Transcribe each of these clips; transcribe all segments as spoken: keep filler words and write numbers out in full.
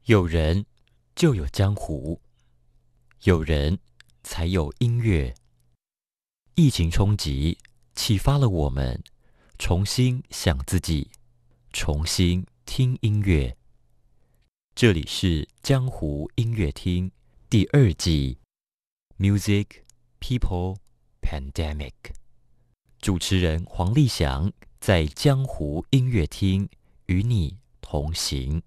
有人就有江湖，有人才有音乐。疫情冲击启发了我们重新想自己，重新听音乐。这里是江湖音乐厅第二季 Music, People, Pandemic。 主持人黄立翔在江湖音乐厅与你同行。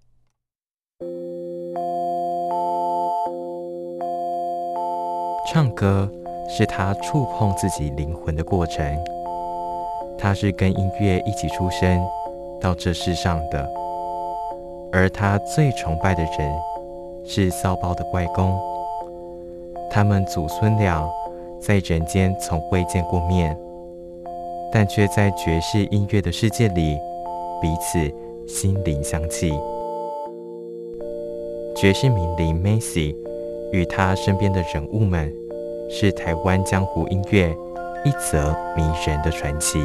唱歌是他触碰自己灵魂的过程，他是跟音乐一起出生到这世上的，而他最崇拜的人是骚包的关公。他们祖孙俩在人间从未见过面，但却在爵士音乐的世界里彼此心灵相契。爵士名伶 Macy 与他身边的人物们，是台湾江湖音乐一则迷人的传奇。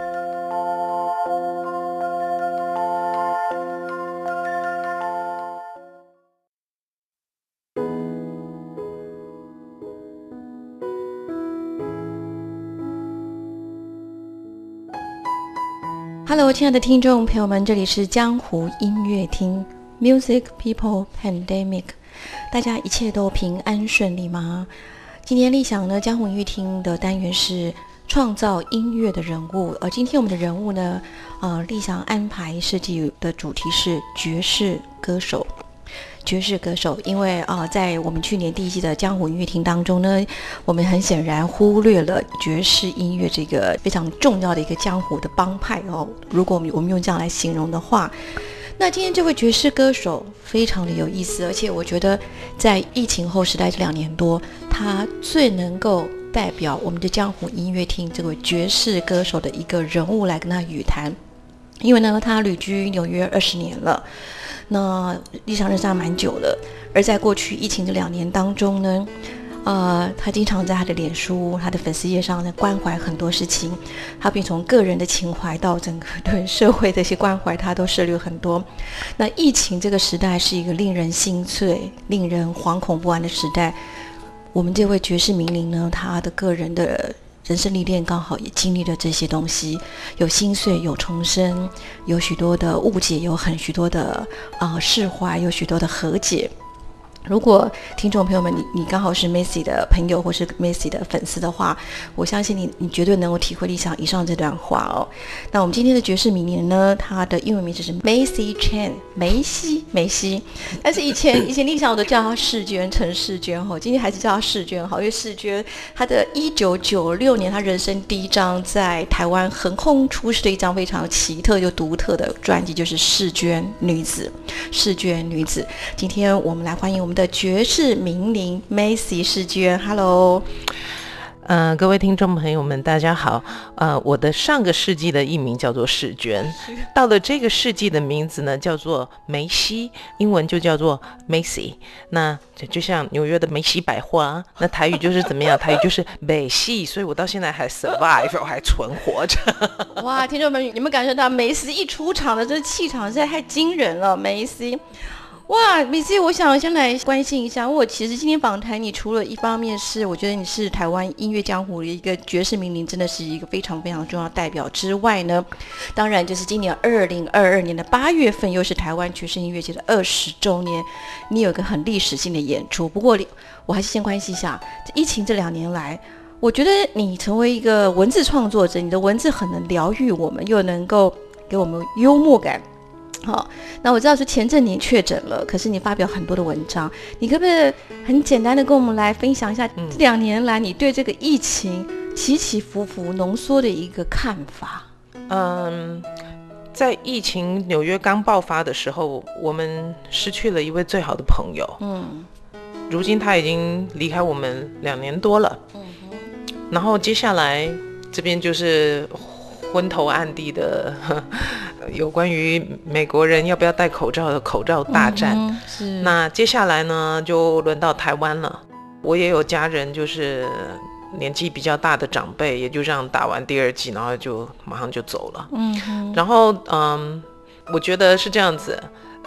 Hello， 亲爱的听众朋友们，这里是江湖音乐厅 Music, People, Pandemic。 大家一切都平安顺利吗？今天立翔呢，江湖音乐厅的单元是创造音乐的人物，而今天我们的人物呢，呃，立翔安排设计的主题是爵士歌手。爵士歌手，因为啊、呃，在我们去年第一季的江湖音乐厅当中呢，我们很显然忽略了爵士音乐这个非常重要的一个江湖的帮派哦。如果我们我们用这样来形容的话，那今天这位爵士歌手非常的有意思，而且我觉得在疫情后时代这两年多，他最能够代表我们的江湖音乐厅这位爵士歌手的一个人物来跟他语谈。因为呢，他旅居纽约二十年了，那立翔认识他蛮久了，而在过去疫情这两年当中呢，呃，他经常在他的脸书、他的粉丝页上呢关怀很多事情，他并从个人的情怀到整个对社会的一些关怀，他都涉猎很多。那疫情这个时代是一个令人心碎、令人惶恐不安的时代，我们这位爵士名伶呢，他的个人的人生历练刚好也经历了这些东西，有心碎，有重生，有许多的误解，有很许多的啊、呃、释怀，有许多的和解。如果听众朋友们你你刚好是 Macy 的朋友或是 Macy 的粉丝的话，我相信你你绝对能够体会立翔以上这段话哦。那我们今天的爵士名伶呢，他的英文名字是 Macy Chan， 梅西梅西，但是以前以前立翔我都叫他世娟，陈世娟哈，今天还是叫他世娟好，因为世娟他的一九九六年他人生第一张在台湾横空出世的一张非常奇特又独特的专辑，就是世娟女子，世娟女子。今天我们来欢迎我们的爵士名伶 Macy 世娟 ，Hello， 呃，各位听众朋友们，大家好。呃，我的上个世纪的艺名叫做世娟，到了这个世纪的名字呢叫做梅西，英文就叫做 Macy。那就像纽约的梅西百货，那台语就是怎么样？台语就是北西，所以我到现在还 survive， 我还存活着。 哇，听众朋友，你们感受到梅西一出场的这气场实在太惊人了，梅西。哇，米西，我想先来关心一下。我其实今天访谈你，除了一方面是我觉得你是台湾音乐江湖的一个爵士名伶，真的是一个非常非常重要的代表之外呢，当然就是今年二零二二年的八月份，又是台湾爵士音乐节的二十周年，你有一个很历史性的演出。不过我还是先关心一下，疫情这两年来，我觉得你成为一个文字创作者，你的文字很能疗愈我们，又能够给我们幽默感。好，那我知道是前阵你确诊了，可是你发表很多的文章，你可不可以很简单的跟我们来分享一下这两年来你对这个疫情起起伏伏浓缩的一个看法？ 嗯，在疫情纽约刚爆发的时候，我们失去了一位最好的朋友。嗯，如今他已经离开我们两年多了。嗯哼，然后接下来这边就是昏头暗地的有关于美国人要不要戴口罩的口罩大战。嗯、是那接下来呢就轮到台湾了。我也有家人就是年纪比较大的长辈，也就这样打完第二剂然后就马上就走了。嗯，然后嗯，我觉得是这样子，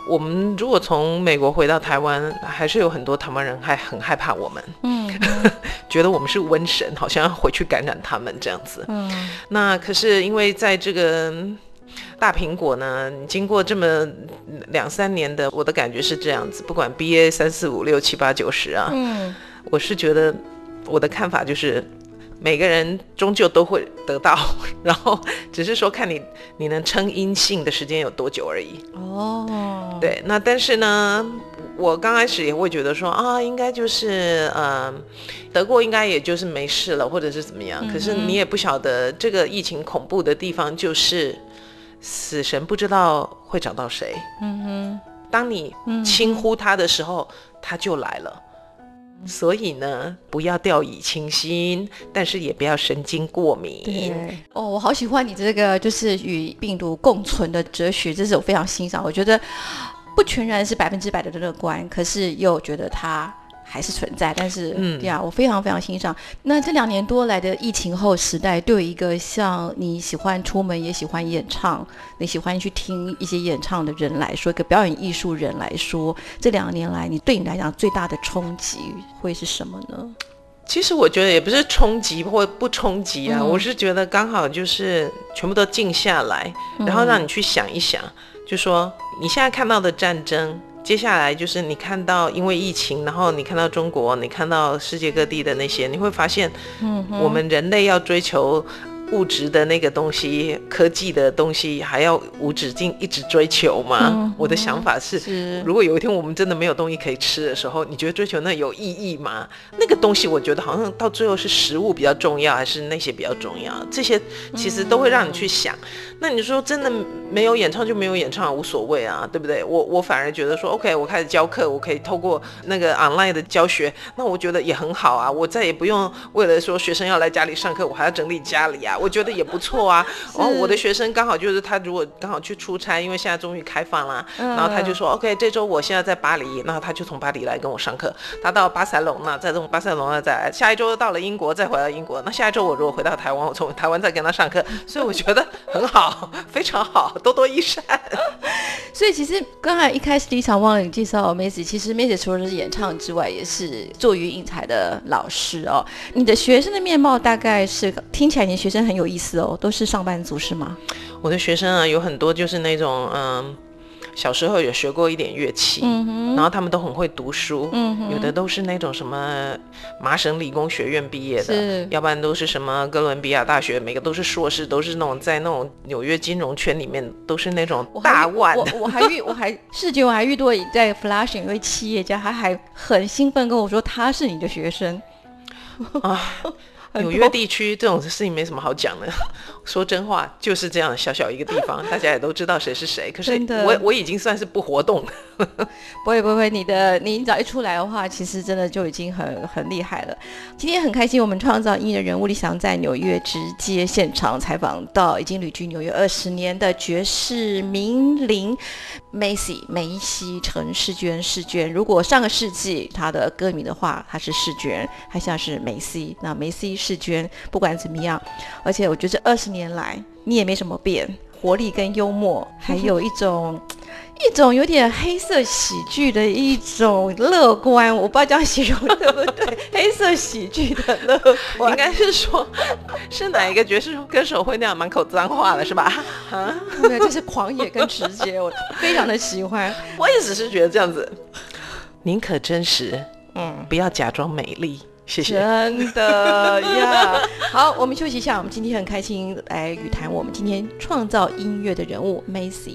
我们如果从美国回到台湾，还是有很多台湾人还很害怕我们，嗯，觉得我们是瘟神，好像要回去感染他们这样子。嗯，那可是因为在这个大苹果呢，经过这么两三年的，我的感觉是这样子，不管 B A 三四五六七八九十啊，嗯，我是觉得我的看法就是。每个人终究都会得到，然后只是说看你你能撑阴性的时间有多久而已。哦，对，那但是呢，我刚开始也会觉得说啊，应该就是呃，得过应该也就是没事了，或者是怎么样。嗯、可是你也不晓得这个疫情恐怖的地方就是死神不知道会找到谁。嗯哼，当你轻忽他的时候，他就来了。所以呢，不要掉以轻心，但是也不要神经过敏。 对哦，我好喜欢你这个就是与病毒共存的哲学，这是我非常欣赏。我觉得不全然是百分之百的乐观，可是又觉得它还是存在。但是，嗯，对啊，我非常非常欣赏。那这两年多来的疫情后时代，对一个像你喜欢出门也喜欢演唱，你喜欢去听一些演唱的人来说，一个表演艺术人来说，这两年来你对你来讲最大的冲击会是什么呢？ 其实我觉得也不是冲击或不冲击啊、嗯、我是觉得刚好就是全部都静下来、嗯、然后让你去想一想，就说你现在看到的战争，接下来就是你看到因为疫情，然后你看到中国，你看到世界各地的那些，你会发现我们人类要追求物质的那个东西，科技的东西还要无止境一直追求吗、嗯、我的想法 是, 是如果有一天我们真的没有东西可以吃的时候，你觉得追求那有意义吗？那个东西我觉得好像到最后是食物比较重要还是那些比较重要，这些其实都会让你去想、嗯、那你说真的没有演唱就没有演唱无所谓啊，对不对？我我反而觉得说 OK 我开始教课，我可以透过那个 online 的教学，那我觉得也很好啊，我再也不用为了说学生要来家里上课我还要整理家里啊，我觉得也不错啊。然后我的学生刚好就是他如果刚好去出差，因为现在终于开放了、嗯、然后他就说 OK 这周我现在在巴黎，然后他就从巴黎来跟我上课，他到巴塞隆纳，再从巴塞隆纳再来，下一周到了英国再回到英国，那下一周我如果回到台湾，我从台湾再跟他上课，所以我觉得很好，非常好，多多益善。 所以其实刚才一开始第一场忘了你介绍 Macy， 其实 Macy 除了是演唱之外也是做育英才的老师哦。你的学生的面貌大概是听起来你的学生很有意思哦，都是上班族是吗？ 我的学生啊有很多就是那种嗯小时候有学过一点乐器、嗯、然后他们都很会读书、嗯、有的都是那种什么麻省理工学院毕业的，要不然都是什么哥伦比亚大学，每个都是硕士，都是那种在那种纽约金融圈里面都是那种大腕。 我 我, 我还遇我还世界我还遇到在 Flash 一位企业家，他还很兴奋跟我说他是你的学生啊。纽约地区这种事情没什么好讲的，说真话就是这样，小小一个地方大家也都知道谁是谁，可是我我已经算是不活动了。 不会不会，你的你只要一出来的话，其实真的就已经很很厉害了。今天很开心，我们创造音乐人物立翔在纽约直接现场采访到已经旅居纽约二十年的爵士名伶 Macy 梅西陈世娟世娟。如果上个世纪她的歌名的话，她是世娟，还像是梅西，那梅西世娟不管怎么样，而且我觉得这二十年来你也没什么变，活力跟幽默，还有一种一种有点黑色喜剧的一种乐观，我不知道这样形容对不对？黑色喜剧的乐观， 应该是说是哪一个爵士歌手会那样满口脏话了是吧？ 啊，对，这是狂野跟直接，我非常的喜欢。 我也只是觉得这样子，宁可真实，嗯，不要假装美丽。谢谢， 真的呀。好，我们休息一下，我们今天很开心来语谈我们今天创造音乐的人物 Macy。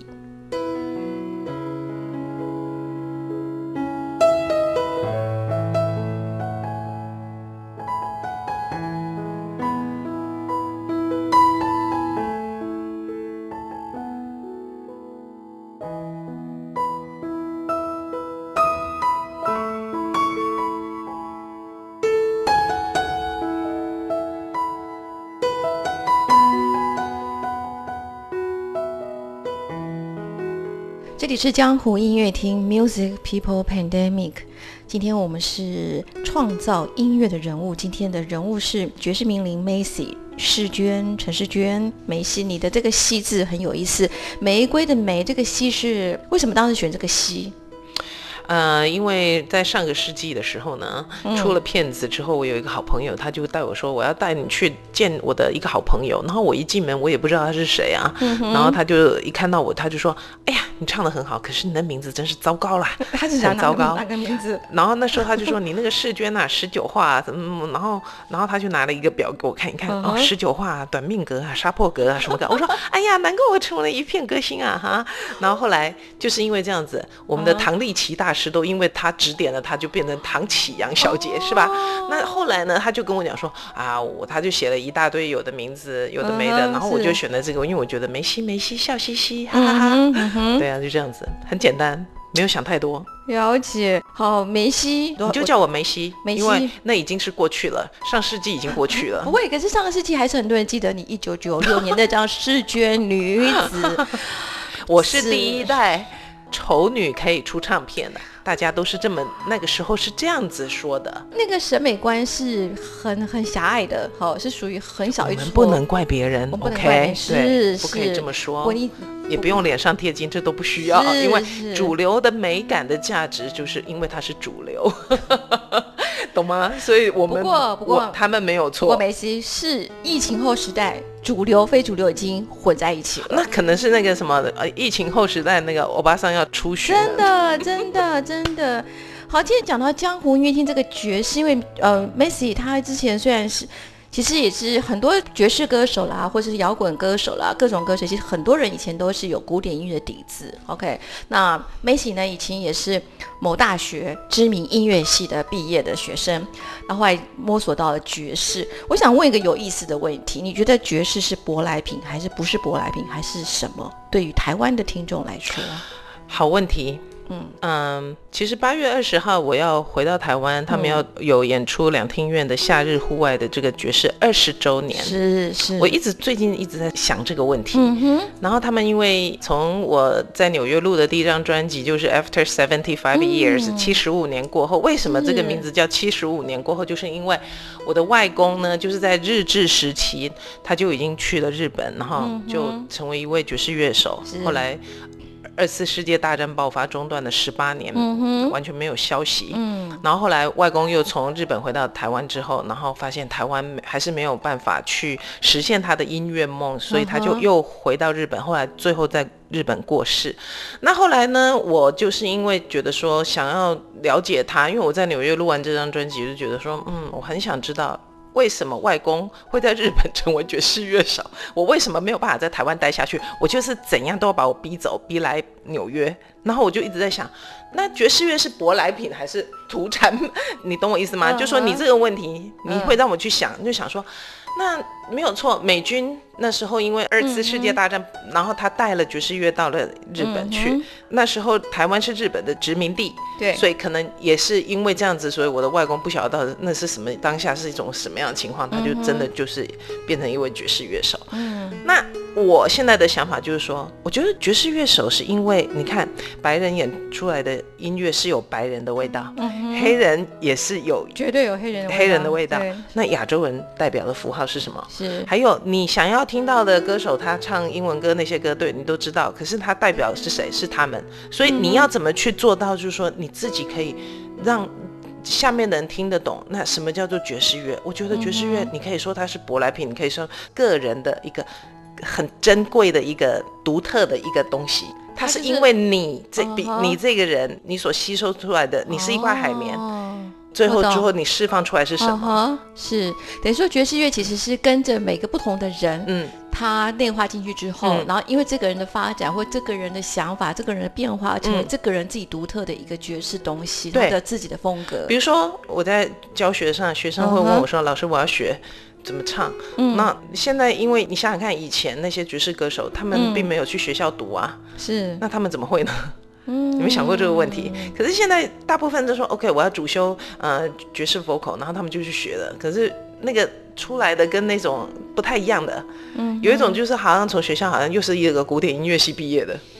这里是江湖音乐厅 Music People Pandemic， 今天我们是创造音乐的人物，今天的人物是爵士名伶 Macy 世娟、陈世娟、梅西，你的这个西字很有意思，玫瑰的玫，这个西是为什么当时选这个西？ 呃，因为在上个世纪的时候呢， 嗯出了片子之后，我有一个好朋友，他就带我说，我要带你去见我的一个好朋友。然后我一进门，我也不知道他是谁啊。嗯、然后他就一看到我，他就说：“哎呀，你唱得很好，可是你的名字真是糟糕啦， 他是想很糟糕。 哪个名字？” 然后那时候他就说：“你那个世娟啊，十九画啊，怎么？”然后，然后他就拿了一个表给我看一看，嗯、哦，十九画、啊、短命格啊、杀破格啊什么格。我说：“哎呀，难怪我成为了一片歌星啊！”哈。然后后来就是因为这样子，我们的唐立淇大师都因为他指点了他，就变成唐启阳小姐，是吧？那后来呢，他就跟我讲说啊，我他就写了一大堆有的名字，有的没的，然后我就选了这个，因为我觉得梅西梅西笑嘻嘻，哈哈哈。嗯嗯、对啊，就这样子，很简单，没有想太多。 了解，好，梅西， 你就叫我梅西， 梅西， 因为那已经是过去了，上世纪已经过去了。 不会，可是上个世纪还是很多人记得你一九九六年那张世娟女子。 我是第一代丑女可以出唱片的。大家都是这么，那个时候是这样子说的。 那个审美观是很很狭隘的，好，是属于很小一撮。 我们不能怪别人 ，OK， 是， 不可以这么说。 你也不用脸上贴金，这都不需要，因为主流的美感的价值就是因为它是主流，懂吗？所以我们不过不过他们没有错。 不过梅西是疫情后时代，主流非主流已经混在一起了。 那可能是那个什么呃，疫情后时代那个欧巴桑要出巡了， 真的真的真的。好，今天讲到江湖音乐厅这个爵士，因为呃梅西他之前虽然是。其实也是很多爵士歌手啦，或者是摇滚歌手啦，各种歌手，其实很多人以前都是有古典音乐的底子。OK， 那梅西呢，以前也是某大学知名音乐系的毕业的学生，然后后来摸索到了爵士。我想问一个有意思的问题，你觉得爵士是舶来品，还是不是舶来品，还是什么？对于台湾的听众来说， 好问题。嗯嗯，其实八月二十号我要回到台湾，他们要有演出两厅院的夏日户外的这个爵士二十周年。 是是， 我一直最近一直在想这个问题。嗯哼。然后他们因为从我在纽约录的第一张专辑就是 After seventy-five years， 七十五年过后，为什么这个名字叫七十五年过后？就是因为我的外公呢，就是在日治时期他就已经去了日本，然后就成为一位爵士乐手。后来。二次世界大战爆发，中断了十八年，嗯、完全没有消息。嗯，然后后来外公又从日本回到台湾之后，然后发现台湾还是没有办法去实现他的音乐梦，所以他就又回到日本。后来最后在日本过世。那后来呢，我就是因为觉得说想要了解他，因为我在纽约录完这张专辑，就觉得说，嗯，我很想知道。为什么外公会在日本成为爵士乐手？我为什么没有办法在台湾待下去？我就是怎样都要把我逼走，逼来纽约。然后我就一直在想，那爵士乐是舶来品还是土产？你懂我意思吗？嗯、就说你这个问题，你会让我去想，嗯、就想说，那没有错，美军那时候因为二次世界大战，嗯、然后他带了爵士乐到了日本去。嗯、那时候台湾是日本的殖民地，对，所以可能也是因为这样子，所以我的外公不晓得那是什么，当下是一种什么样的情况，他就真的就是变成一位爵士乐手。嗯，那我现在的想法就是说，我觉得爵士乐手是因为你看白人演出来的音乐是有白人的味道，嗯、黑人也是有绝对有黑人的味道黑人的味道。那亚洲人代表的符号是什么？ 是还有你想要听到的歌手，他唱英文歌那些歌，对你都知道，可是他代表是谁？是他们。所以你要怎么去做到，就是说你自己可以让下面的人听得懂？那什么叫做爵士乐？我觉得爵士乐，你可以说它是舶来品，你可以说个人的一个很珍贵的一个独特的一个东西。它是因为你这比、uh-huh. 你这个人，你所吸收出来的，你是一块海绵。Oh.最后，最后你释放出来是什么？ Uh-huh, 是等于说爵士乐其实是跟着每个不同的人，嗯，他内化进去之后，嗯、然后因为这个人的发展或这个人的想法、这个人的变化，成为这个人自己独特的一个爵士东西，他的自己的风格。 比如说我在教学上，学生会问我说：“ uh-huh. 老师，我要学怎么唱？”嗯，那现在因为你想想看，以前那些爵士歌手，他们并没有去学校读啊，是、嗯，那他们怎么会呢？你没想过这个问题？可是现在大部分都说 OK， 我要主修呃爵士 vocal， 然后他们就去学了。可是那个出来的跟那种不太一样的，嗯，有一种就是好像从学校好像又是一个古典音乐系毕业的，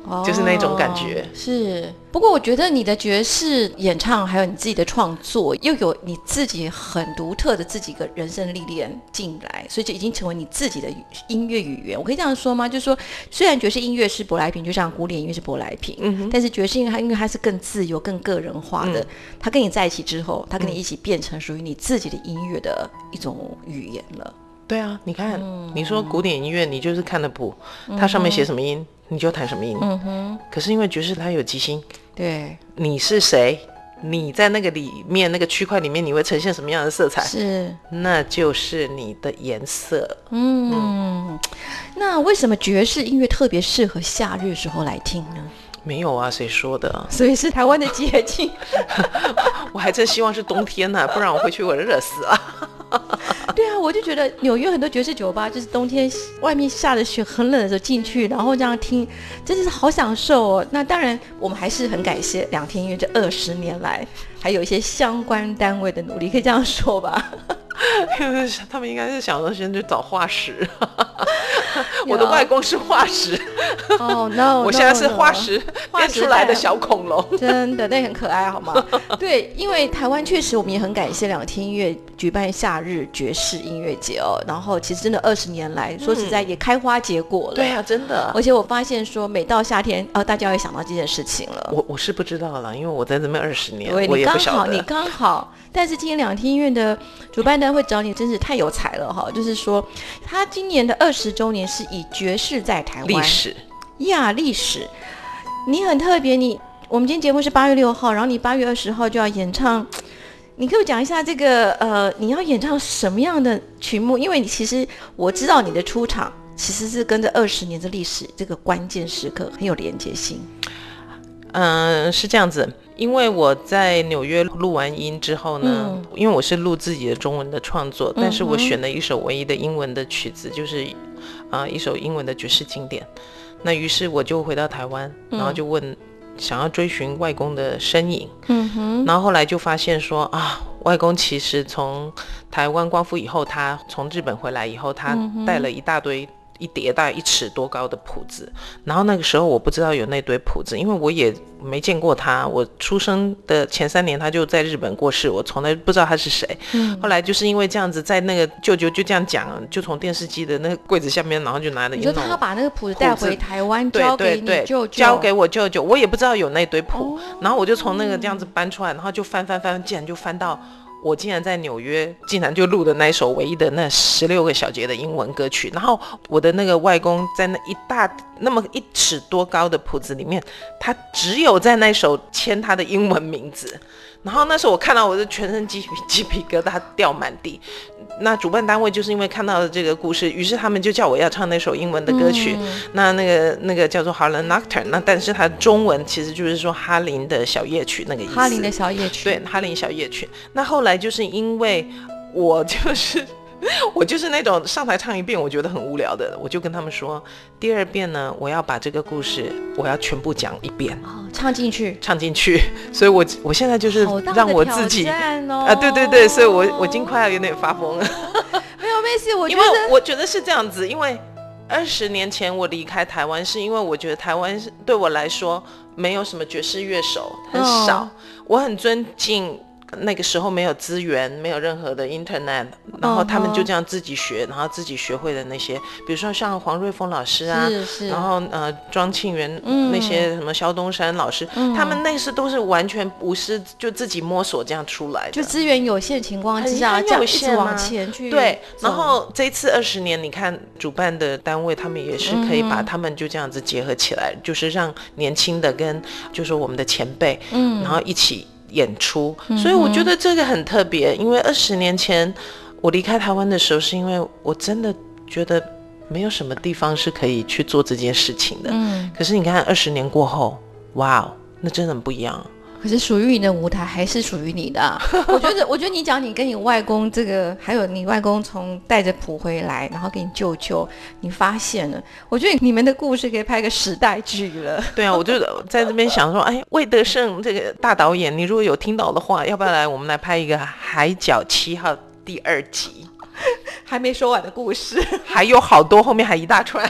哦， 就是那种感觉。 是，不过我觉得你的爵士演唱还有你自己的创作，又有你自己很独特的自己的人生历练进来，所以就已经成为你自己的音乐语言。我可以这样说吗？就是说，虽然爵士音乐是舶来品，就像古典音乐是舶来品，嗯、但是爵士音乐它因为它是更自由、更个人化的，嗯、它跟你在一起之后，它跟你一起变成属于你自己的音乐的一种语言了。 对啊，你看，嗯、你说古典音乐，你就是看的谱，嗯、它上面写什么音，你就弹什么音。嗯哼。可是因为爵士它有即兴， 对， 你是谁，你在那个里面那个区块里面，你会呈现什么样的色彩？ 是， 那就是你的颜色。 嗯，嗯那为什么爵士音乐特别适合夏日时候来听呢？ 没有啊，谁说的？ 所以是台湾的节庆。 我还真希望是冬天呢、啊，不然我回去我热死了。 对啊，我就觉得纽约很多爵士酒吧，就是冬天外面下着雪很冷的时候进去，然后这样听，真的是好享受哦。那当然，我们还是很感谢两天音乐这二十年来，还有一些相关单位的努力，可以这样说吧。 他们应该是想说先去找化石。我的外公是化石。 哦、no, 我现在是化石变出来的小恐龙。 真的，那很可爱好吗？对，因为台湾确实我们也很感谢两天音乐举办夏日爵士音乐节哦，然后其实真的二十年来，说实在也开花结果了。 对啊，真的。 而且我发现说，每到夏天，呃，大家会想到这件事情了。 我我是不知道了，因为我在这边二十年， 对， 我也不晓得。 你刚好，你刚好。但是今天两天音乐的主办单位找你，真是太有才了哈！就是说，他今年的二十周年是以爵士在台湾历史呀，历史。你很特别，你我们今天节目是八月六号，然后你八月二十号就要演唱。你可以讲一下这个呃，你要演唱什么样的曲目？因为你其实我知道你的出场其实是跟这二十年的历史这个关键时刻很有连结性。 嗯，是这样子，因为我在纽约录完音之后呢，嗯、因为我是录自己的中文的创作，但是我选了一首唯一的英文的曲子，就是啊、呃、一首英文的爵士经典。那于是我就回到台湾，然后就问、嗯、想要追寻外公的身影，嗯哼，然后后来就发现说啊，外公其实从台湾光复以后，他从日本回来以后，他带了一大堆。一叠大概一尺多高的谱子，然后那个时候我不知道有那堆谱子，因为我也没见过他，我出生的前三年他就在日本过世，我从来不知道他是谁、嗯、后来就是因为这样子，在那个舅舅就这样讲，就从电视机的那个柜子下面，然后就拿了一种， 你说他把那个谱子带回台湾，交给你舅舅， 交给我舅舅，我也不知道有那堆谱、哦、然后我就从那个这样子搬出来，然后就翻翻翻，竟然就翻到我竟然在纽约竟然就录的那一首唯一的那十六个小节的英文歌曲，然后我的那个外公在那一大那么一尺多高的谱子里面，他只有在那首签他的英文名字，然后那时候我看到我的全身鸡皮鸡皮疙瘩掉满地。那主办单位就是因为看到了这个故事，于是他们就叫我要唱那首英文的歌曲、嗯、那那个那个叫做 Harlem Nocturne， 那但是它中文其实就是说哈林的小夜曲那个意思， 哈林的小夜曲， 对，哈林小夜曲。那后来就是因为我就是我就是那种上台唱一遍我觉得很无聊的，我就跟他们说，第二遍呢我要把这个故事我要全部讲一遍、 哦、唱进去唱进去，所以我我现在就是让我自己、 哦、 啊对对对，所以我我已经快要有点发疯了没有没事，我觉得因为我觉得是这样子，因为二十年前我离开台湾是因为我觉得台湾对我来说没有什么爵士乐手，很少、哦、我很尊敬那个时候没有资源，没有任何的 internet， 然后他们就这样自己学， uh-huh. 然后自己学会的那些，比如说像黄瑞峰老师啊， 是是然后呃庄庆元、嗯、那些什么萧东山老师、嗯、他们那时都是完全无师就自己摸索这样出来的， 就资源有限情况之下，这样一直往前去， 对。然后这一次二十年，你看主办的单位他们也是可以把他们就这样子结合起来，嗯、就是让年轻的跟就是我们的前辈，嗯，然后一起演出，所以我觉得这个很特别，因为二十年前我离开台湾的时候，是因为我真的觉得没有什么地方是可以去做这件事情的。嗯，可是你看二十年过后，哇，那真的很不一样。 可是属于你的舞台还是属于你的、啊、我觉得我觉得你讲你跟你外公这个，还有你外公从带着谱回来，然后给你舅舅，你发现了，我觉得你们的故事可以拍个时代剧了。 对啊，我就在这边想说，哎，魏德胜这个大导演，你如果有听到的话，要不要来我们来拍一个《海角七号》第二集？ 还没说完的故事， 还有好多，后面还一大串。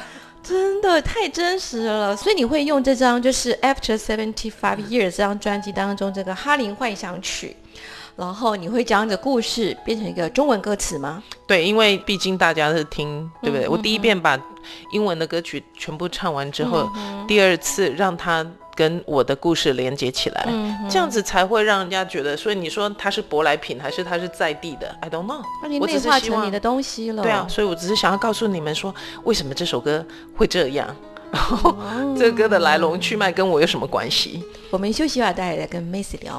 真的太真实了。所以你会用这张就是 After seventy-five years 这张专辑当中这个哈林幻想曲，然后你会将这故事变成一个中文歌词吗？ 对，因为毕竟大家是听，对不对？嗯、我第一遍把英文的歌曲全部唱完之后，嗯、第二次让它跟我的故事连接起来，嗯、这样子才会让人家觉得。所以你说它是舶来品还是它是在地的 ？I don't know。 那你内化成你的东西了。 对啊，所以我只是想要告诉你们说，为什么这首歌会这样，然后、哦、这个歌的来龙去脉跟我有什么关系？ 我们休息一下，待会再跟 Macy 聊。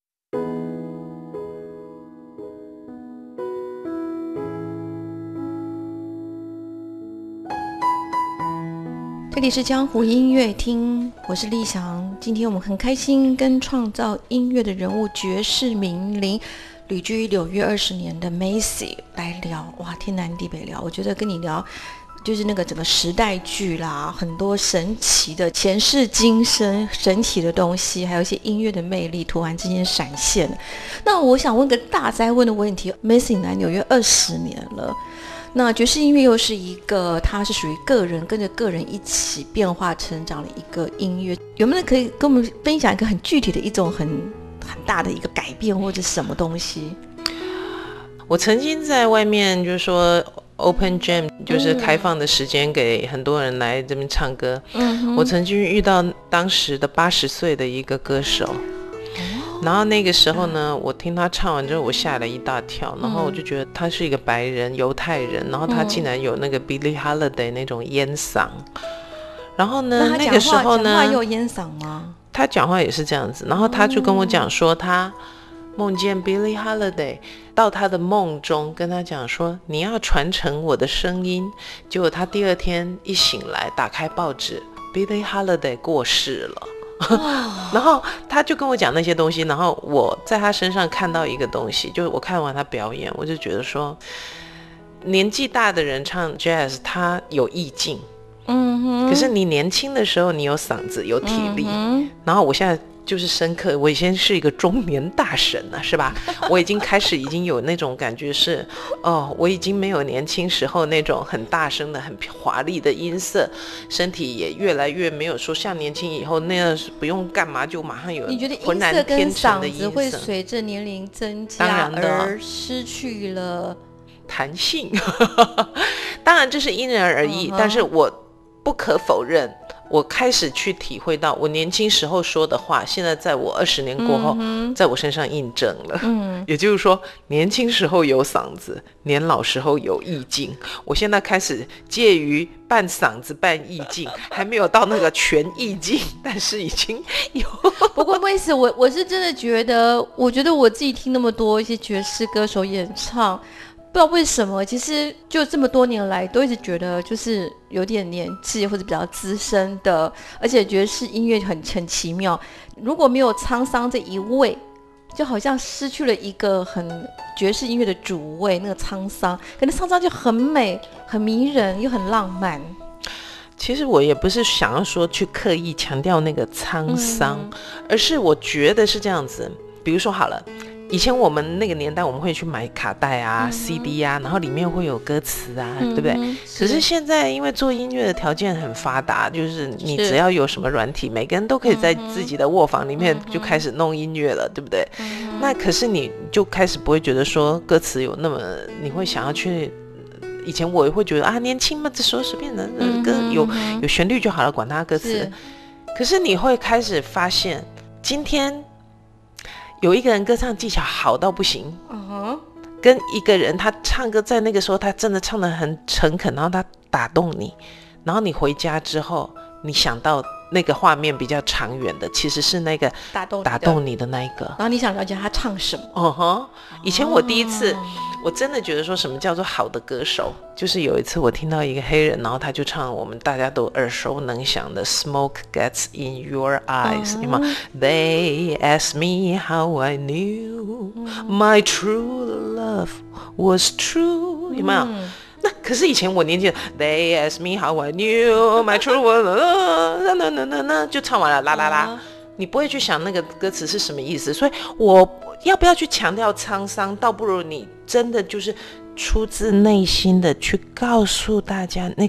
这里是江湖音乐厅，我是立翔。今天我们很开心跟创造音乐的人物绝世名伶，旅居纽约二十年的 Macy 来聊。哇，天南地北聊，我觉得跟你聊就是那个整个时代剧啦，很多神奇的前世今生神奇的东西，还有一些音乐的魅力突然之间闪现。那我想问个大哉问的问题， Macy 来纽约二十年了，那爵士音乐又是一个，它是属于个人跟着个人一起变化成长的一个音乐，有没有可以跟我们分享一个很具体的一种很很大的一个改变或者什么东西？ 我曾经在外面就是说 open jam 就是开放的时间给很多人来这边唱歌、嗯、我曾经遇到当时的八十岁的一个歌手，然后那个时候呢，我听他唱完之后我吓了一大跳，然后我就觉得他是一个白人犹太人，然后他竟然有那个 Billie Holiday 那种烟嗓，然后呢那个时候呢， 讲话也有烟嗓吗？ 他讲话也是这样子，然后他就跟我讲说他梦见 Billie Holiday 到他的梦中跟他讲说你要传承我的声音，结果他第二天一醒来打开报纸 Billie Holiday 过世了然后他就跟我讲那些东西，然后我在他身上看到一个东西，就是我看完他表演我就觉得说年纪大的人唱 jazz 他有意境，嗯哼，可是你年轻的时候你有嗓子有体力、嗯、然后我现在就是深刻，我以前是一个中年大神了，是吧？我已经开始已经有那种感觉是哦，我已经没有年轻时候那种很大声的很华丽的音色，身体也越来越没有说像年轻以后那样不用干嘛就马上有浑然天成的音色。你觉得音色跟嗓子会随着年龄增加而失去了弹性当然这是因人而异、uh-huh. 但是我不可否认我开始去体会到我年轻时候说的话现在在我二十年过后、嗯、在我身上印证了、嗯、也就是说年轻时候有嗓子，年老时候有意境，我现在开始介于半嗓子半意境，还没有到那个全意境但是已经有不过为什我我是真的觉得我觉得我自己听那么多一些爵士歌手演唱，不知道为什么其实就这么多年来都一直觉得就是有点年纪或者比较资深的，而且爵士音乐很很奇妙，如果没有沧桑这一位就好像失去了一个很爵士音乐的主味，那个沧桑可能沧桑就很美很迷人又很浪漫。 其实我也不是想要说去刻意强调那个沧桑、嗯、而是我觉得是这样子，比如说好了，以前我们那个年代我们会去买卡带啊、嗯、C D 啊，然后里面会有歌词啊、嗯、对不对？可是现在因为做音乐的条件很发达，就是你只要有什么软体，每个人都可以在自己的卧房里面就开始弄音乐了、嗯、对不对、嗯、那可是你就开始不会觉得说歌词有那么你会想要去，以前我也会觉得啊年轻嘛，这时候随便的歌有有旋律就好了，管它歌词。是，可是你会开始发现今天有一个人歌唱技巧好到不行、uh-huh. 跟一个人他唱歌在那个时候他真的唱得很诚恳，然后他打动你，然后你回家之后你想到那个画面比较长远的其实是那个打动 你, 打动你的那一个， 然后你想了解他唱什么。 哦呵，以前我第一次、oh. 我真的觉得说什么叫做好的歌手，就是有一次我听到一个黑人，然后他就唱我们大家都耳熟能详的 Smoke Gets in Your Eyes、uh-huh. 有没有 They asked me how I knew、uh-huh. my true love was true、uh-huh. 有没有？那可是以前我年纪 They asked me how I knew my true love 那那那那就唱完了啦啦啦，你不会去想那个歌词是什么意思，所以我要不要去强调沧桑，倒不如你真的就是出自内心的去告诉大家那个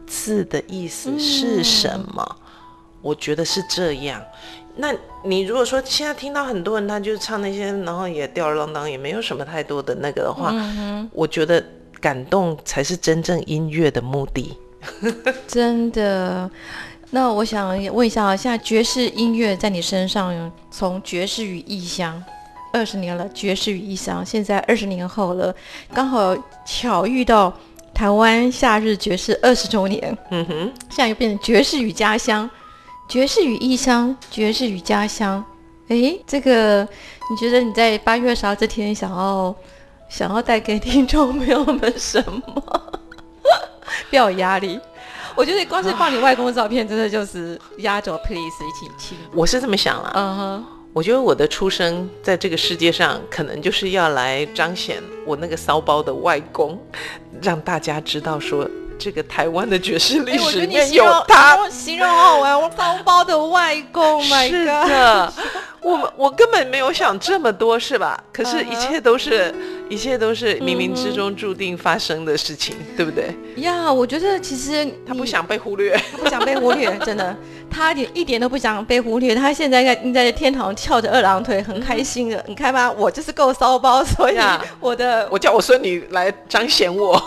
字的意思是什么？嗯、我觉得是这样。那你如果说现在听到很多人他就唱那些，然后也吊儿郎当，也没有什么太多的那个的话，嗯、我觉得感动才是真正音乐的目的。 真的。那我想问一下，现在爵士音乐在你身上，从爵士与异乡二十年了，爵士与异乡，现在二十年后了，刚好巧遇到台湾夏日爵士二十周年。嗯哼，现在又变成爵士与家乡，爵士与异乡，爵士与家乡。哎，这个你觉得你在八月二十号这天想要想要带给听众朋友们什么？不要有压力。我觉得光是放你外公的照片，真的就是压轴 please 一起亲。 我是这么想啦，嗯哼，我觉得我的出生在这个世界上，可能就是要来彰显我那个骚包的外公，让大家知道说，这个台湾的爵士历史里面有他。 形容好玩，我骚包的外公 ，My God！ 是的，我我根本没有想这么多，是吧？可是，一切都是。Uh-huh.一切都是冥冥之中注定发生的事情，嗯、对不对？ 呀， yeah, 我觉得其实他不想被忽略， 他不想被忽略，真的，他一点都不想被忽略。他现在应该在天堂翘着二郎腿，很开心的。嗯、你看吧，我就是够骚包，所以我的， 我叫我孙女来彰显我。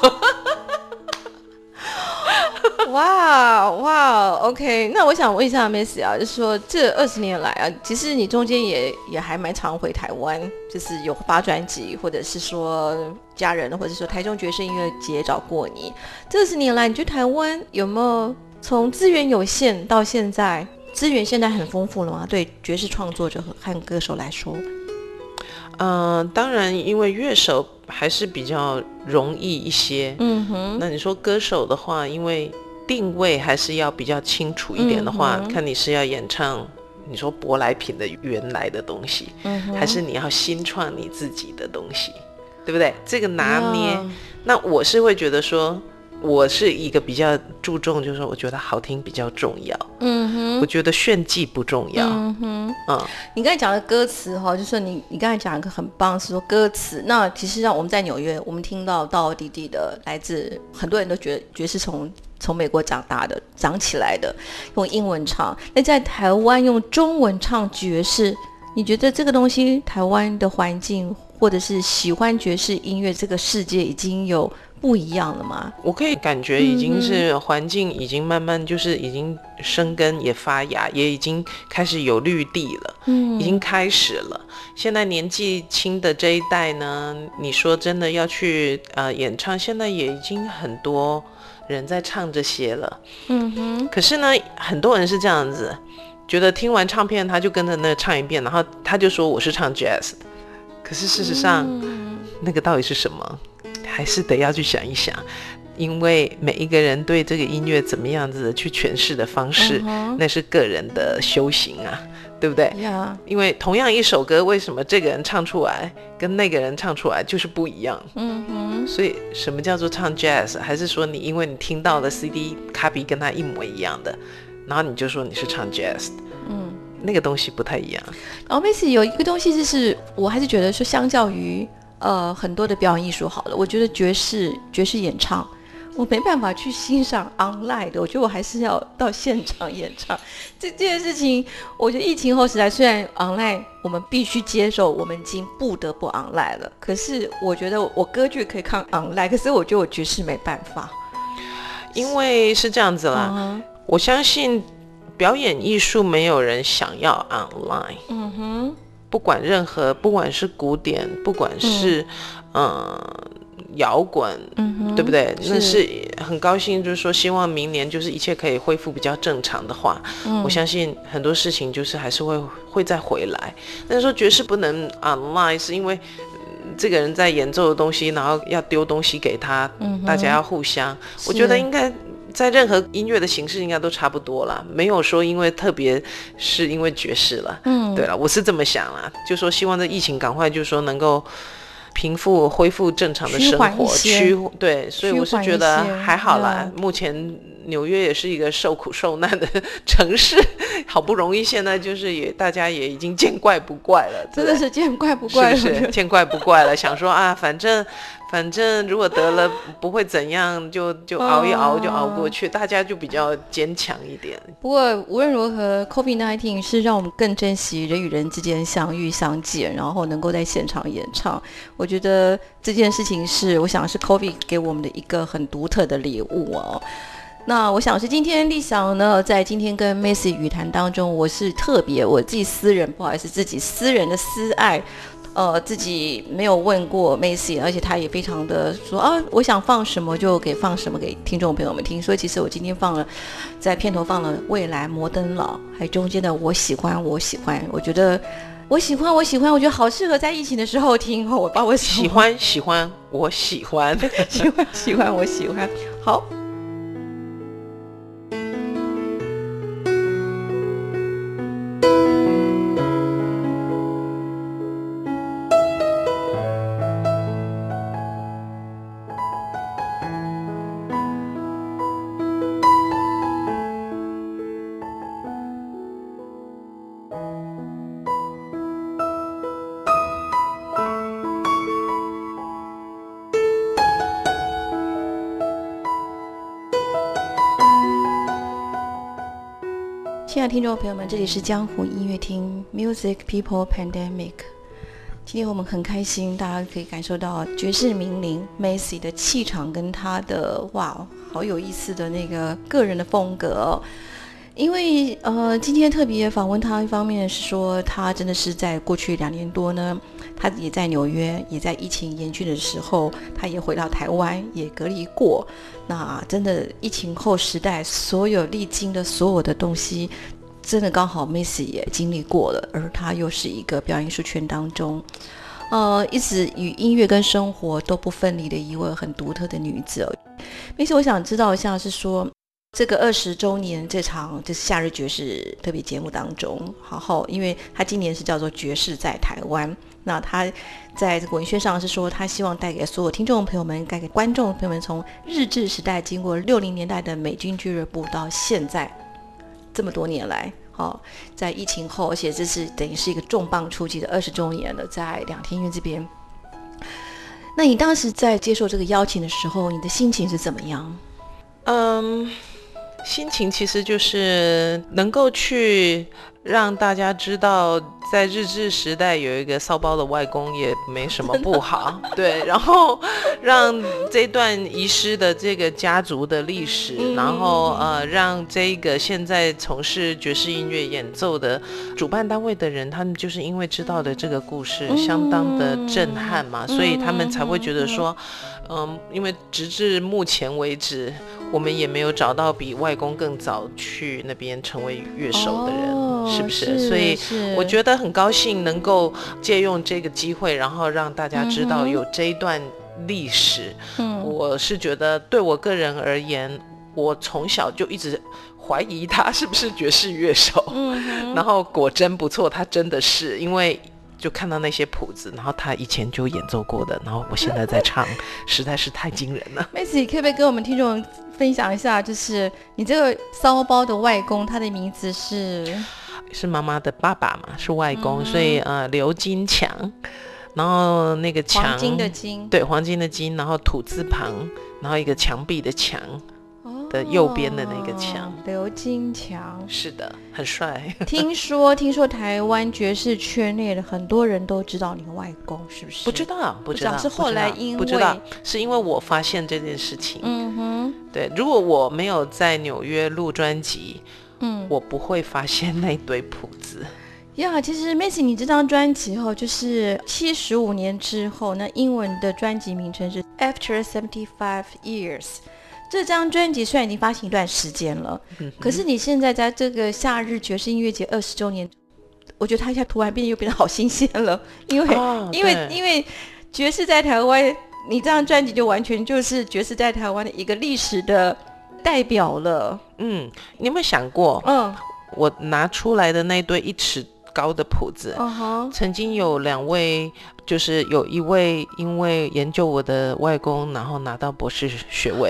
哇哇 ，OK， 那我想问一下 Messi 啊，就是说这二十年来啊，其实你中间也也还蛮常回台湾，就是有发专辑，或者是说家人，或者说台中爵士音乐节找过你。这二十年来，你觉得台湾有没有从资源有限到现在，资源现在很丰富了吗？对爵士创作者和歌手来说？ 嗯、呃，当然，因为乐手还是比较容易一些。嗯哼。那你说歌手的话，因为定位还是要比较清楚一点的话，嗯、看你是要演唱你说舶来品的原来的东西，嗯、还是你要新创你自己的东西，对不对？这个拿捏，嗯、那我是会觉得说。我是一个比较注重，就是说我觉得好听比较重要。嗯哼，我觉得炫技不重要。嗯哼， 嗯，你刚才讲的歌词哈，就是你你刚才讲一个很棒，是说歌词。那其实让我们在纽约，我们听到道地地的来自很多人都觉得爵士从从美国长大的、长起来的，用英文唱。那在台湾用中文唱爵士，你觉得这个东西，台湾的环境或者是喜欢爵士音乐这个世界已经有不一样了吗？ 我可以感觉已经是环境已经慢慢就是已经生根也发芽，也已经开始有绿地了，嗯，已经开始了。现在年纪轻的这一代呢，你说真的要去呃演唱，现在也已经很多人在唱这些了，嗯哼。可是呢，很多人是这样子，觉得听完唱片他就跟着那唱一遍，然后他就说我是唱 jazz 的。可是事实上，嗯、那个到底是什么？还是得要去想一想，因为每一个人对这个音乐怎么样子的去诠释的方式，嗯、那是个人的修行啊，对不对？ Yeah. 因为同样一首歌，为什么这个人唱出来跟那个人唱出来就是不一样？嗯哼。所以什么叫做唱 jazz？ 还是说你因为你听到的 C D copy 跟他一模一样的，然后你就说你是唱 jazz 的？嗯，那个东西不太一样。 然后 Messi 有一个东西就是我还是觉得说相较于呃很多的表演艺术好了，我觉得爵士爵士演唱我没办法去欣赏 online 的，我觉得我还是要到现场演唱。这这件事情我觉得疫情后时代虽然 online 我们必须接受，我们已经不得不 online 了，可是我觉得我歌剧可以看 online， 可是我觉得我爵士没办法。 因为是这样子啦，嗯、我相信表演艺术没有人想要 online， 嗯哼，不管任何，不管是古典，不管是嗯、呃、摇滚，嗯，对不对？是那是很高兴，就是说希望明年就是一切可以恢复比较正常的话，嗯、我相信很多事情就是还是会会再回来。但是说爵士不能 online， 是因为这个人在演奏的东西，然后要丢东西给他，嗯、大家要互相，我觉得应该。在任何音乐的形式应该都差不多啦，没有说因为特别是因为爵士了，嗯，对了，我是这么想啦，就说希望这疫情赶快就说能够平复恢复正常的生活，趋对，所以我是觉得还好啦。目前纽约也是一个受苦受难的城市，好不容易现在就是也大家也已经见怪不怪了， 真的是见怪不怪了， 是不是见怪不怪了？想说啊，反正反正如果得了不会怎样，就就熬一熬就熬过去，哦、大家就比较坚强一点。 不过无论如何 COVID 十九 是让我们更珍惜人与人之间相遇相见，然后能够在现场演唱。我觉得这件事情是我想是 COVID 给我们的一个很独特的礼物哦。那我想是今天立翔呢，在今天跟 Macy 语谈当中，我是特别我自己私人不好意思自己私人的私爱，呃，自己没有问过 Macy， 而且他也非常的说啊，我想放什么就给放什么给听众朋友们听。所以其实我今天放了，在片头放了未来摩登老，还有中间的我喜欢我喜欢，我觉得我喜欢我喜欢，我觉得好适合在疫情的时候听哦。我把我喜欢喜欢我喜欢喜欢喜欢我喜欢，好。亲爱的听众朋友们，这里是江湖音乐厅 Music People Pandemic。今天我们很开心，大家可以感受到爵士名伶 Macy 的气场跟她的哇，好有意思的那个个人的风格哦。因为呃，今天特别访问她，一方面是说她真的是在过去两年多呢，她也在纽约，也在疫情严峻的时候，她也回到台湾，也隔离过。那真的疫情后时代，所有历经的所有的东西，真的刚好 Macy 也经历过了，而她又是一个表演艺术圈当中，呃，一直与音乐跟生活都不分离的一位很独特的女子哦。Macy，我想知道一下，是说这个二十周年这场就是夏日爵士特别节目当中，好好，因为她今年是叫做爵士在台湾。那他在这个文宣上是说，他希望带给所有听众朋友们，带给观众朋友们，从日治时代经过六零年代的美军俱乐部到现在这么多年来，哦，在疫情后，而且这是等于是一个重磅出击的二十周年了，在两天院这边。那你当时在接受这个邀请的时候，你的心情是怎么样？ 嗯，心情其实就是能够去让大家知道，在日治时代有一个骚包的外公也没什么不好，对，然后让这段遗失的这个家族的历史，嗯、然后呃，让这个现在从事爵士音乐演奏的主办单位的人，他们就是因为知道的这个故事相当的震撼嘛，嗯、所以他们才会觉得说，嗯，因为直至目前为止，我们也没有找到比外公更早去那边成为乐手的人。哦，是不是？是，所以我觉得很高兴能够借用这个机会，然后让大家知道有这一段历史。嗯，我是觉得对我个人而言，我从小就一直怀疑他是不是爵士乐手，嗯、然后果真不错，他真的是，因为就看到那些谱子，然后他以前就演奏过的，然后我现在在唱，实在是太惊人了。 Macy， 可不可以跟我们听众分享一下，就是你这个骚包的外公，他的名字是？ 是妈妈的爸爸嘛，是外公，嗯、所以呃，刘金强，然后那个墙， 黄金的金， 对，黄金的金，然后土字旁，然后一个墙壁的墙的右边的那个墙， 哦、刘金强， 是的，很帅。 听说听说台湾爵士圈内的很多人都知道你的外公，是不是？ 不知道，不知道， 是后来因为不知道，是因为我发现这件事情。 嗯哼， 对，如果我没有在纽约录专辑。嗯，我不会发现那堆谱子呀。Yeah, 其实 Macy 你这张专辑后，就是七十五年之后，那英文的专辑名称是 After seventy-five years。这张专辑虽然已经发行一段时间了，嗯、可是你现在在这个夏日爵士音乐节二十周年，我觉得它一下突然变得又变得好新鲜了，因为、哦、因为因为爵士在台湾，你这张专辑就完全就是爵士在台湾的一个历史的代表了。 嗯，你有没有想过，嗯，我拿出来的那堆一尺高的谱子， uh-huh. 曾经有两位，就是有一位因为研究我的外公，然后拿到博士学位，啊、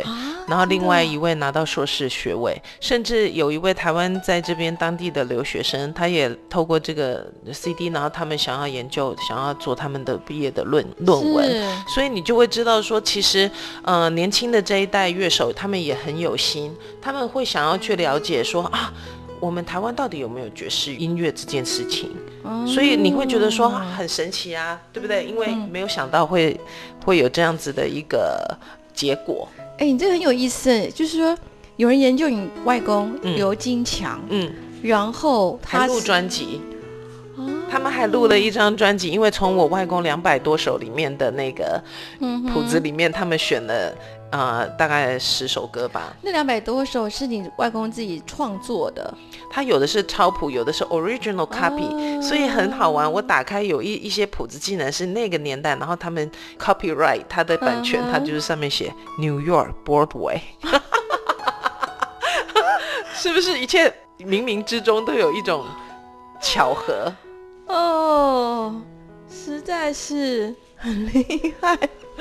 然后另外一位拿到硕士学位，甚至有一位台湾在这边当地的留学生，他也透过这个 C D， 然后他们想要研究，想要做他们的毕业的论论文，所以你就会知道说，其实呃年轻的这一代乐手，他们也很有心，他们会想要去了解说啊，我们台湾到底有没有爵士音乐这件事情，哦、所以你会觉得说、啊、很神奇啊，对不对？因为没有想到会、嗯、会有这样子的一个结果。 哎，你这个很有意思，就是说有人研究你外公刘金强，嗯，然后他还录专辑，他们还录了一张专辑，因为从我外公两百多首里面的那个谱子里面，他们选了呃大概十首歌吧。 那两百多首是你外公自己创作的？ 他有的是抄谱，有的是 original copy，、哦、所以很好玩。我打开有一一些谱子，竟然是那个年代，然后他们 copyright 他的版权，他、嗯、就是上面写 New York Broadway， 是不是一切冥冥之中都有一种巧合？ 哦，实在是很厉害。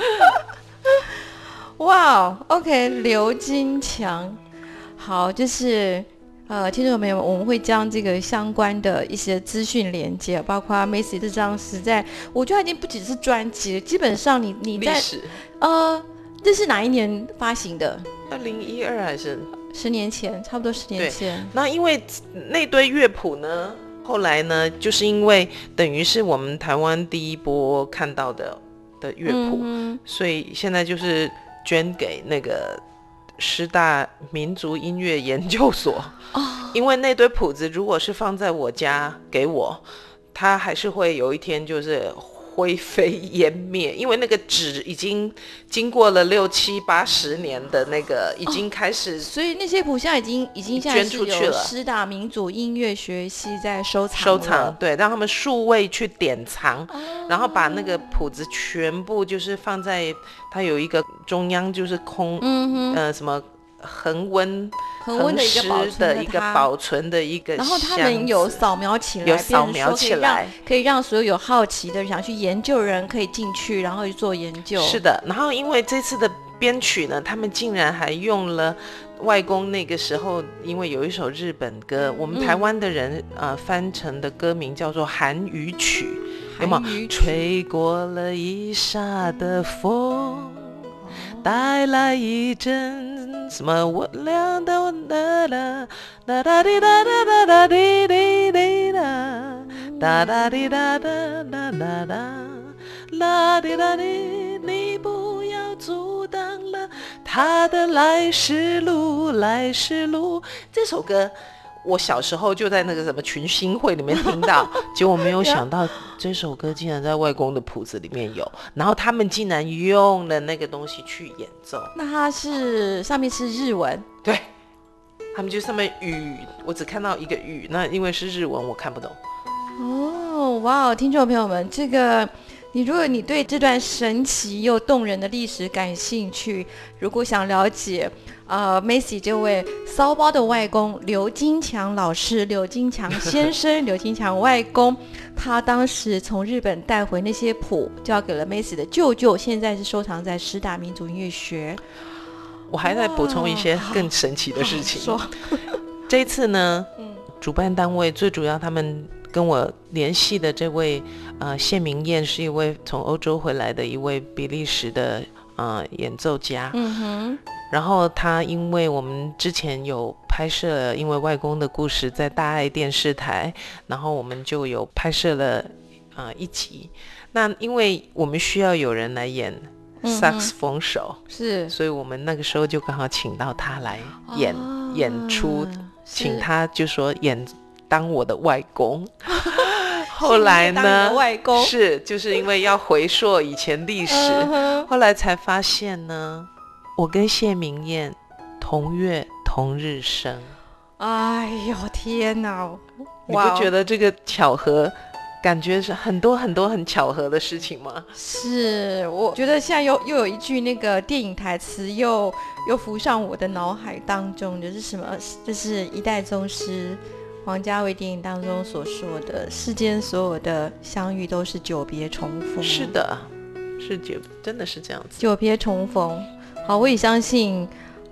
哇、wow, ，OK， 刘金强，好，就是呃，听众朋友们，我们会将这个相关的一些资讯连接，包括 Macy 这张实在，我觉得已经不只是专辑，基本上你你在历史， 呃，这是哪一年发行的？ 二零一二还是十年前？差不多十年前。 那因为那堆乐谱呢，后来呢，就是因为等于是我们台湾第一波看到的的乐谱、嗯，所以现在就是捐给那个师大民族音乐研究所、哦、因为那堆谱子如果是放在我家给我，它还是会有一天就是灰飞烟灭，因为那个纸已经经过了六七八十年的那个已经开始、哦、 所以那些谱现在已经已经捐出去了， 师大民族音乐学系在收藏收藏，对，让他们数位去典藏、哦、然后把那个谱子全部就是放在它有一个中央就是空、嗯、呃什么恒温恒温的一个保存的一个然后他们有扫描起来， 有扫描起来， 可以让所有有好奇的想去研究人可以进去然后去做研究。 是的，然后因为这次的编曲呢，他们竟然还用了外公那个时候，因为有一首日本歌，我们台湾的人、嗯、呃翻成的歌名叫做韩语曲，有没有？吹过了一沙的风，带来一阵什么我亮的哒哒哒哒滴哒哒哒哒滴滴滴哒哒哒滴哒哒哒哒哒啦滴哒滴，你不要阻挡了他的来时路，来时路。这首歌我小时候就在那个什么群星会里面听到，结果没有想到这首歌竟然在外公的谱子里面有，然后他们竟然用了那个东西去演奏。 那它是上面是日文？ 对，他们就上面语，我只看到一个语，那因为是日文我看不懂。 哦，哇，听众朋友们，这个你如果你对这段神奇又动人的历史感兴趣，如果想了解呃 Macy 这位骚包的外公刘金强老师，刘金强先生刘金强外公，他当时从日本带回那些谱交给了 Macy 的舅舅，现在是收藏在师大民族音乐学。 我还在补充一些更神奇的事情。说这一次呢、嗯、主办单位最主要他们跟我联系的这位呃谢明燕是一位从欧洲回来的一位比利时的呃演奏家，嗯哼，然后他因为我们之前有拍摄因为外公的故事在大爱电视台，然后我们就有拍摄了呃一集，那因为我们需要有人来演萨克斯风手、嗯、是，所以我们那个时候就刚好请到他来演、哦、演出，请他就说演当我的外公后来呢外公是就是因为要回溯以前历史、uh-huh. 后来才发现呢我跟谢明燕同月同日生。 哎呦天哪， 你不觉得这个巧合感觉是很多很多很巧合的事情吗？ 是，我觉得现在又又有一句那个电影台词又又浮上我的脑海当中，就是什么，就是一代宗师王家卫电影当中所说的，世间所有的相遇都是久别重逢。 是的，是久，真的是这样子， 久别重逢。好，我也相信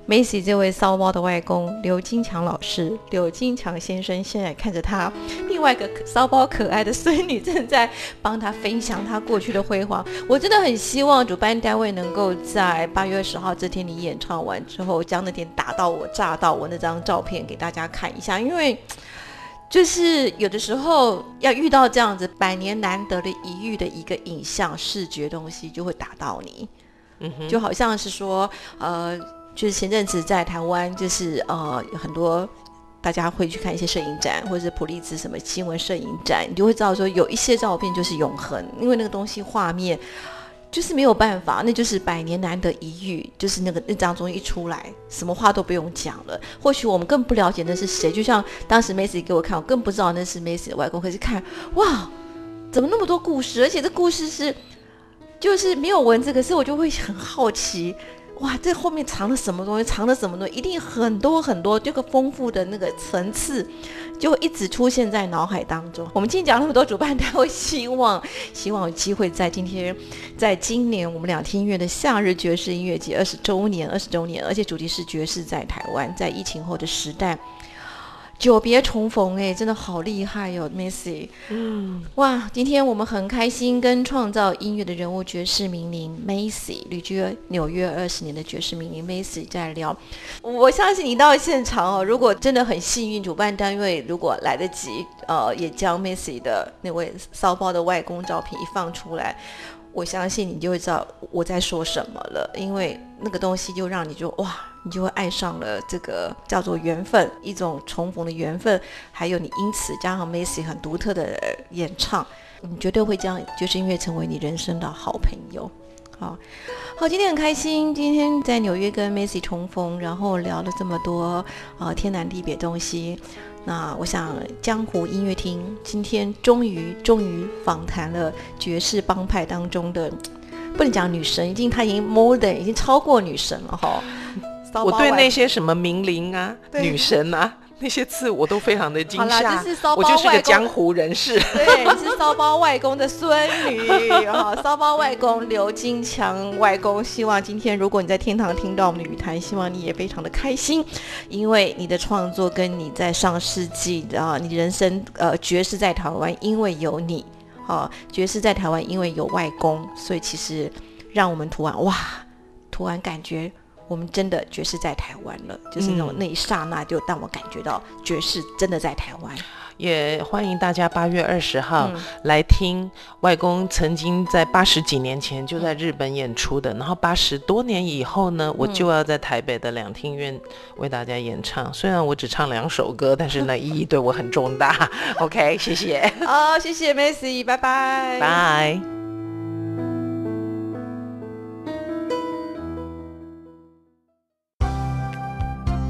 Macy 这位骚包的外公刘金强老师，刘金强先生现在看着他另外一个骚包可爱的孙女正在帮他分享他过去的辉煌。我真的很希望主办单位能够在八月二十号这天你演唱完之后，将那天打到我炸到我那张照片给大家看一下，因为就是有的时候要遇到这样子百年难得的一遇的一个影像视觉东西，就会打到你。嗯哼，就好像是说呃就是前阵子在台湾，就是呃有很多大家会去看一些摄影展，或者是普利兹什么新闻摄影展，你就会知道说有一些照片就是永恒，因为那个东西画面就是没有办法，那就是百年难得一遇，就是那个那张东西一出来，什么话都不用讲了。或许我们更不了解那是谁，就像当时 Macy 给我看，我更不知道那是 Macy 的外公，可是看哇，怎么那么多故事，而且这故事是就是没有文字，可是我就会很好奇。哇，这后面藏了什么东西？藏了什么东西？一定很多很多，这个丰富的那个层次，就会一直出现在脑海当中。我们今天讲那么多，主办单位希望，希望有机会在今天，在今年我们两厅院的夏日爵士音乐节二十周年，二十周年，而且主题是爵士在台湾，在疫情后的时代。久别重逢，哎，真的好厉害哟、哦、，Macy。嗯，哇，今天我们很开心，跟创造音乐的人物爵士名伶 Macy， 旅居纽约二十年的爵士名伶 Macy 在聊。我相信你到现场哦，如果真的很幸运，主办单位如果来得及，呃，也将 Macy 的那位骚包的外公照片一放出来。我相信你就会知道我在说什么了，因为那个东西就让你就哇，你就会爱上了这个叫做缘分，一种重逢的缘分，还有你因此加上 Macy 很独特的演唱，你绝对会将爵士音乐成为你人生的好朋友。好，好，今天很开心，今天在纽约跟 Macy 重逢，然后聊了这么多呃天南地北东西。那我想江湖音乐厅今天终于终于访谈了爵士帮派当中的，不能讲女神，已经她已经 more than 已经超过女神了哈。 我对那些什么名伶啊、女神啊那些字我都非常的惊吓， 就是骚包我就是个江湖人士。 对，你是骚包外公的孙女啊，骚包外公刘金强外公。希望今天如果你在天堂听到我们的语谈，希望你也非常的开心，因为你的创作跟你在上世纪啊，你人生呃爵士在台湾，因为有你啊，爵士在台湾因为有外公，所以其实让我们突然哇，突然感觉。我们真的爵士在台湾了，就是那种那一刹那就让我感觉到爵士真的在台湾。 也欢迎大家八月二十号来听外公曾经在八十几年前就在日本演出的，然后八十多年以后呢，我就要在台北的两厅院为大家演唱。虽然我只唱两首歌，但是呢意义对我很重大。OK， 谢谢。 好，谢谢 Macy， 拜拜。 拜。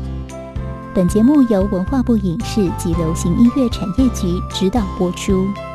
本节目由文化部影视及流行音乐产业局指导播出。